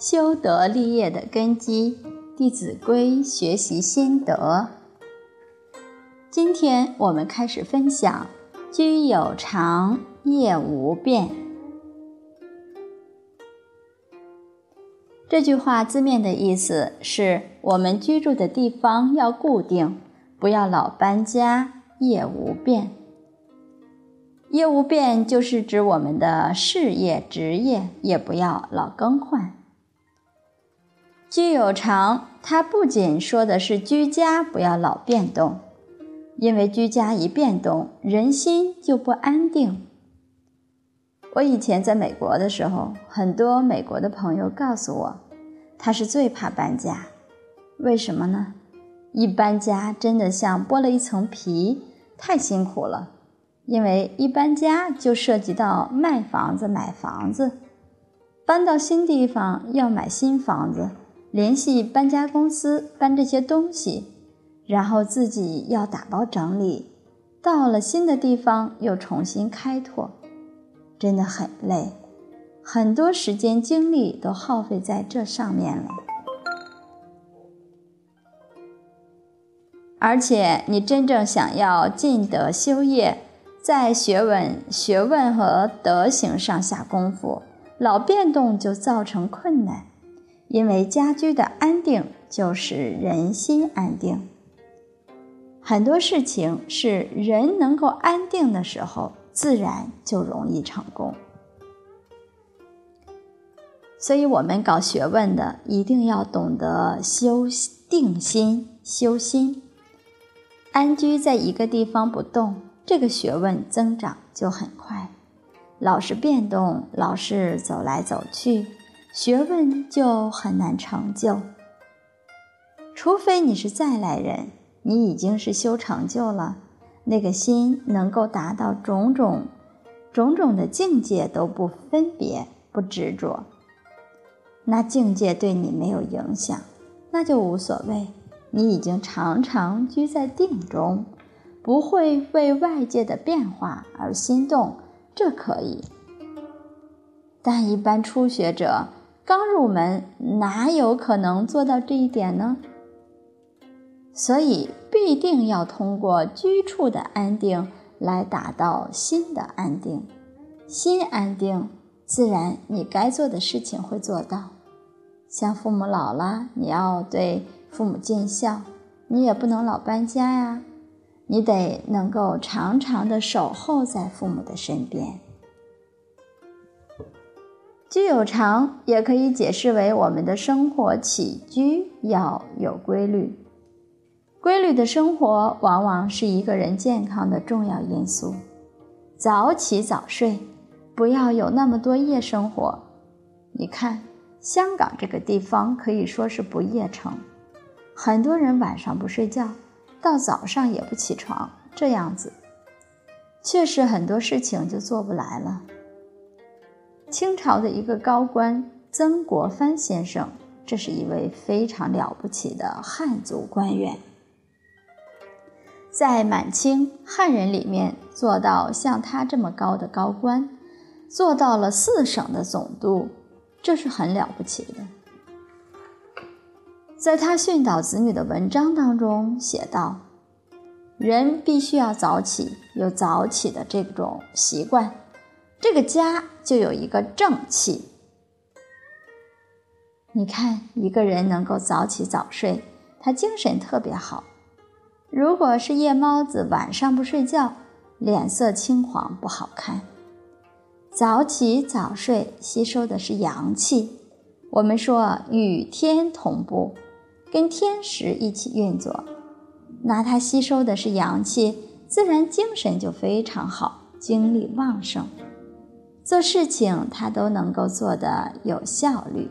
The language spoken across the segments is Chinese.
修德立业的根基，弟子规学习心得。今天我们开始分享居有常，业无变。这句话字面的意思是我们居住的地方要固定，不要老搬家，业无变。业无变就是指我们的事业、职业也不要老更换。居有常，它不仅说的是居家不要老变动，因为居家一变动，人心就不安定。我以前在美国的时候，很多美国的朋友告诉我，他是最怕搬家。为什么呢？一搬家真的像剥了一层皮，太辛苦了。因为一搬家就涉及到卖房子、买房子，搬到新地方要买新房子，联系搬家公司搬这些东西，然后自己要打包整理，到了新的地方又重新开拓，真的很累，很多时间精力都耗费在这上面了。而且你真正想要尽德修业，在学问和德行上下功夫，老变动就造成困难，因为家居的安定就是人心安定。很多事情是人能够安定的时候，自然就容易成功。所以我们搞学问的一定要懂得定心、修心。安居在一个地方不动，这个学问增长就很快。老是变动，老是走来走去，学问就很难成就。除非你是再来人，你已经是修成就了，那个心能够达到种种的境界都不分别、不执着，那境界对你没有影响，那就无所谓。你已经常常居在定中，不会为外界的变化而心动，这可以。但一般初学者刚入门，哪有可能做到这一点呢？所以必定要通过居处的安定来达到心的安定。心安定，自然你该做的事情会做到。像父母老了，你要对父母尽孝，你也不能老搬家呀，你得能够常常的守候在父母的身边。居有常也可以解释为我们的生活起居要有规律。规律的生活往往是一个人健康的重要因素。早起早睡，不要有那么多夜生活。你看香港这个地方可以说是不夜城，很多人晚上不睡觉，到早上也不起床，这样子确实很多事情就做不来了。清朝的一个高官曾国藩先生，这是一位非常了不起的汉族官员，在满清汉人里面做到像他这么高的高官，做到了4省的总督，这是很了不起的。在他训导子女的文章当中写道，人必须要早起，有早起的这种习惯，这个家就有一个正气。你看一个人能够早起早睡，他精神特别好。如果是夜猫子，晚上不睡觉，脸色青黄不好看。早起早睡吸收的是阳气，我们说与天同步，跟天时一起运作，那它吸收的是阳气，自然精神就非常好，精力旺盛，做事情它都能够做得有效率。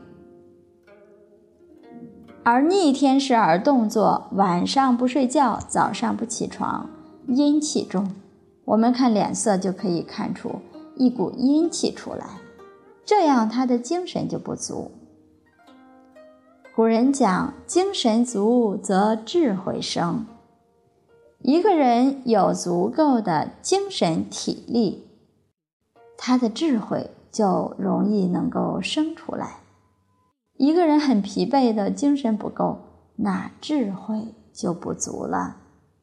而逆天时而动作，晚上不睡觉，早上不起床，阴气重，我们看脸色就可以看出一股阴气出来，这样他的精神就不足。古人讲精神足则智慧生，一个人有足够的精神体力，他的智慧就容易能够生出来。 一个人很疲惫的，精神不够，那智慧就不足了。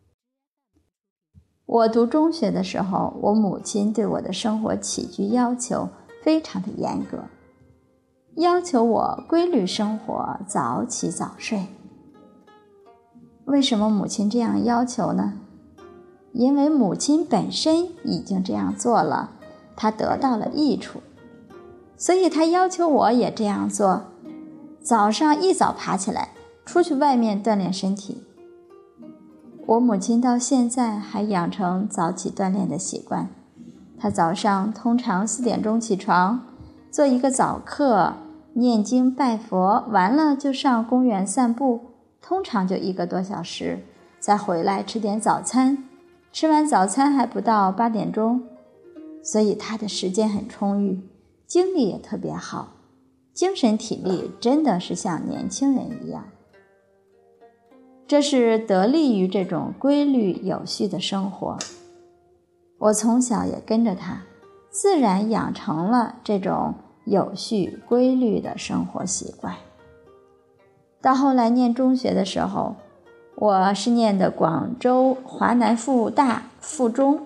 我读中学的时候，我母亲对我的生活起居要求非常的严格，要求我规律生活，早起早睡。为什么母亲这样要求呢？因为母亲本身已经这样做了，她得到了益处，所以她要求我也这样做。早上一早爬起来，出去外面锻炼身体。我母亲到现在还养成早起锻炼的习惯，她早上通常4点钟起床，做一个早课，念经拜佛，完了就上公园散步，通常就1个多小时，再回来吃点早餐，吃完早餐还不到8点钟，所以她的时间很充裕，精力也特别好，精神体力真的是像年轻人一样。这是得力于这种规律有序的生活。我从小也跟着他，自然养成了这种有序规律的生活习惯。到后来念中学的时候，我是念的广州华南师大附中，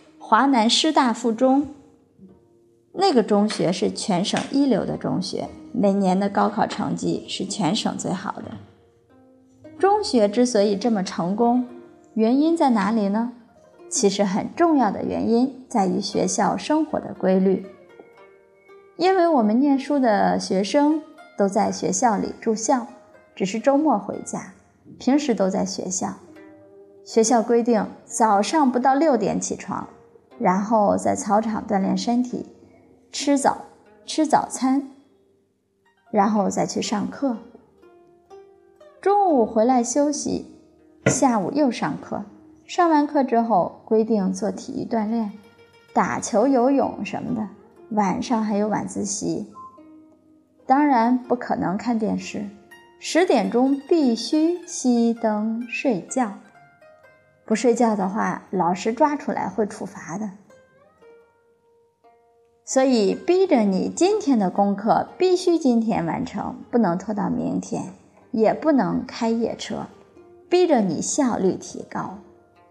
那个中学是全省一流的中学，每年的高考成绩是全省最好的。中学之所以这么成功，原因在哪里呢？其实很重要的原因在于学校生活的规律。因为我们念书的学生都在学校里住校，只是周末回家，平时都在学校。学校规定早上不到6点起床，然后在操场锻炼身体，吃早餐，然后再去上课。中午回来休息，下午又上课，上完课之后规定做体育锻炼，打球游泳什么的，晚上还有晚自习。当然不可能看电视，10点钟必须熄灯睡觉，不睡觉的话老师抓出来会处罚的。所以逼着你今天的功课必须今天完成，不能拖到明天，也不能开夜车，逼着你效率提高。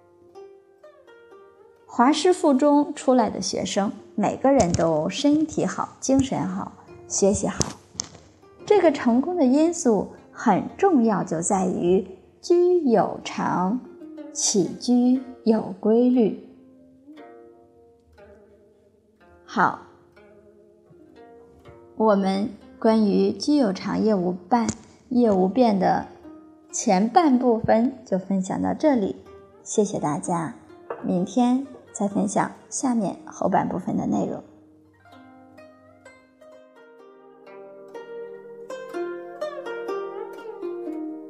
华师附中出来的学生，每个人都身体好，精神好，学习好。这个成功的因素很重要，就在于居有常，起居有规律。好，我们关于居有常业无变的前半部分就分享到这里，谢谢大家，明天再分享下面后半部分的内容。